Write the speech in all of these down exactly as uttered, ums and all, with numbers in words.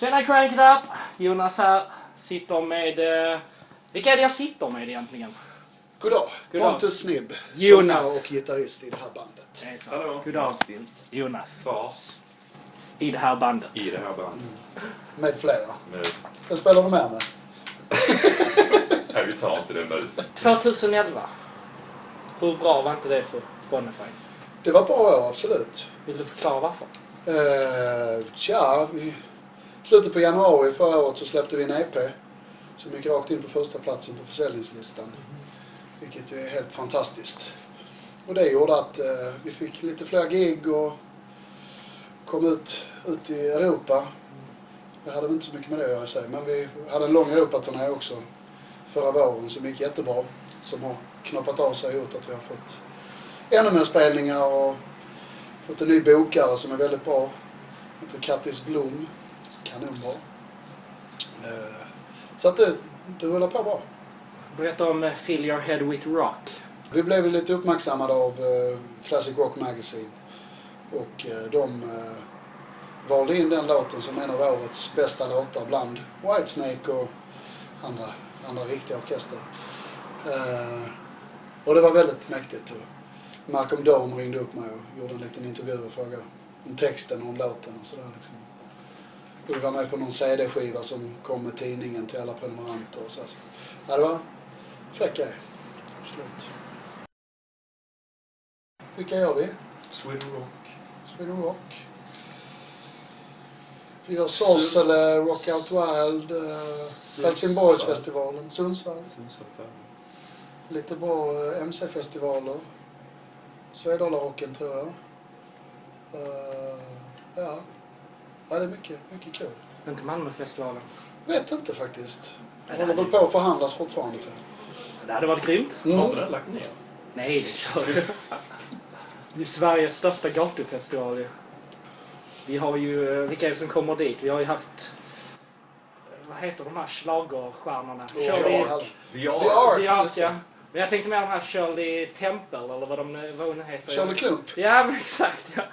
Tjena Crank It Up! Jonas här. Sitter med... Eh, vilka är det jag sitter med egentligen? Goddag. Goddag. Pontus Snibb. Jonas. Sångare och gitarrist i det här bandet. Hallå. Goddag. Martin. Jonas. Bas. I det här bandet. I det här bandet. Mm. Med flera. Med... Vem spelar du med med? Nej, vi tar inte det nu. tjugoelva. Hur bra var inte det för Spotify? Det var bra år, absolut. Vill du förklara varför? Uh, tja, i slutet på januari förra året så släppte vi en E P som gick rakt in på första platsen på försäljningslistan. Vilket är helt fantastiskt. Och det gjorde att uh, vi fick lite fler gig och kom ut, ut i Europa. Vi hade väl inte så mycket med det att göra sig, men vi hade en lång Europaturné också förra våren som gick jättebra. Som har knoppat av sig och gjort att vi har fått ännu mer spelningar och fått en ny bokare som är väldigt bra. Heter Kattis Blom. Kanonbra. Eh, så att det, det rullar på bra. Berätta om Fill Your Head With Rock. Vi blev lite uppmärksammade av eh, Classic Rock Magazine. Och eh, de eh, valde in den låten som en av årets bästa låtar bland Whitesnake och andra, andra riktiga orkester. Eh, och det var väldigt mäktigt. Och Malcolm Dawn ringde upp mig och gjorde en liten intervju och frågade om texten och om låten och sådär liksom. Och vi var med på någon C D-skiva som kom med tidningen till alla prenumeranter och så. Ja, det var fräck grej. Absolut. Vilka gör vi? Sweden Rock. Sweden Rock. Vi gör Sorsele, Rock Out Wild, uh, Helsingborgsfestivalen, Sundsvall. Sundsvall. Lite bra uh, M C-festivaler. Svedala-rocken tror jag. Uh, ja. ja, det är mycket, mycket kul. Inte Malmöfestivalen. Vet inte faktiskt. Jag håller väl på att förhandlas fortfarande till. Det hade varit grymt. Mm. Har inte den lagt ner? Nej, det kör du. Det är Sveriges största gatufestival ju. Vi har ju, vilka är det som kommer dit? Vi har ju haft, vad heter de här schlagerstjärnorna? Oh, Shirley, ja, The Ark. The Ark, The Ark, just det. ja. Men jag tänkte mer de här Shirley Temple eller vad, de, vad hon heter. Shirley Klump. Ja, men exakt. Ja.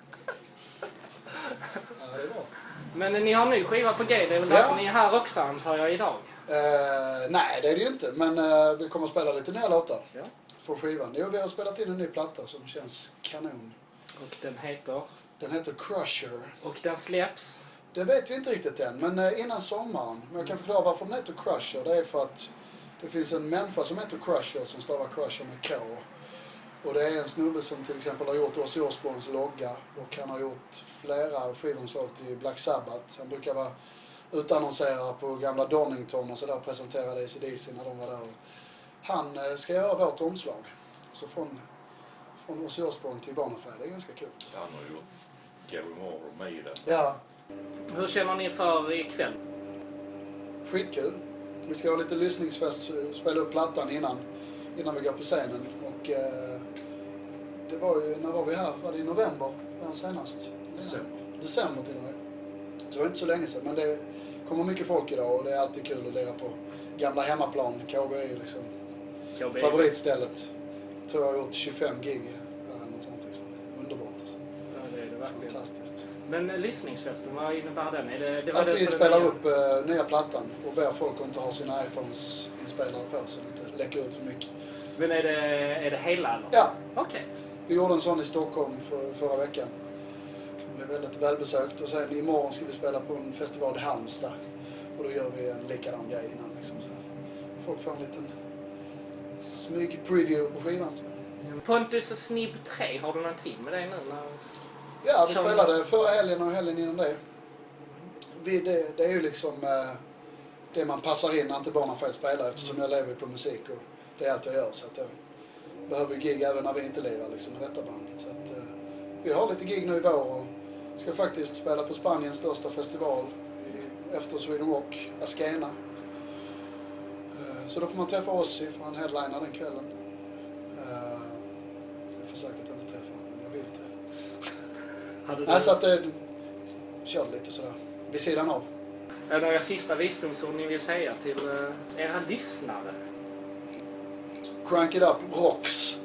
Ja, det är bra. Men ni har en ny skiva på G, det är väl Ja. därför ni är här också antar jag idag? Uh, nej, det är det ju inte. Men uh, vi kommer att spela lite nya låtar Ja. för skivan. Jo, vi har spelat in en ny platta som känns kanon. Och den heter? Den heter Crusher. Och den släpps? Det vet vi inte riktigt än, men uh, innan sommaren. Men jag kan förklara varför den heter Crusher. Det är för att det finns en människa som heter Crusher som stavar Crusher med K. Och det är en snubbe som till exempel har gjort Ozzy Osbournes logga. Och han har gjort flera skivomslag till Black Sabbath. Han brukar vara utannonserare på gamla Donington och så där, presenterade A C D C när de var där. Han eh, ska göra vårt omslag. Så från, från Ozzy Osbourne till Bonafide. Det är ganska kul. Han har gjort Gary Moore och Maiden. Ja, Hur känner ni för ikväll? skitkul. Vi ska ha lite lyssningsfest, spela upp plattan innan, innan vi går på scenen. Och eh, det var ju, när var vi här? Var det i november? Var senast? December. December till och med. Så det var inte så länge sedan, men det kommer mycket folk idag och det är alltid kul att lira på gamla hemmaplan. K B är ju liksom K B. favoritstället. Jag tror jag har gjort tjugofem gig. Eller något sånt liksom. Underbart. Alltså. Ja, det är det verkligen. Fantastiskt. Men eh, lyssningsfesten, vad innebär den? Är det, det var Att det vi för den spelar nya? upp uh, nya plattan och ber folk att inte ha sina iPhones inspelade på så det inte läcker ut för mycket. Men är det, är det hela eller? Ja, Okej. vi gjorde en sån i Stockholm för, förra veckan. Som blev väldigt välbesökt. Och sen imorgon ska vi spela på en festival i Halmstad. Och då gör vi en likadan grej innan. Liksom, så folk får en liten smyg-preview på skivan. Så. Pontus och Snibb tre, har du någon tid med det nu? När... Ja, vi Som- spelade förra helgen och helgen innan det. Vi, det. Det är ju liksom eh, det man passar in när inte bara får spela eftersom jag lever på musik och det är allt jag gör. Så att jag behöver gig även när vi inte lirar liksom, med detta bandet. Så att, eh, vi har lite gig nu i vår och ska faktiskt spela på Spaniens största festival i, efter Sweden Rock, Ascena. Eh, så då får man träffa Ozzy för han headlinar den kvällen. Eh, jag får säkert inte träffa honom, men jag vill träffa. Hade du... Nej, så att det kör lite sådär vid sidan av. Är det några sista visdomsord ni vill säga till uh, era lyssnare? Crank It Up rocks.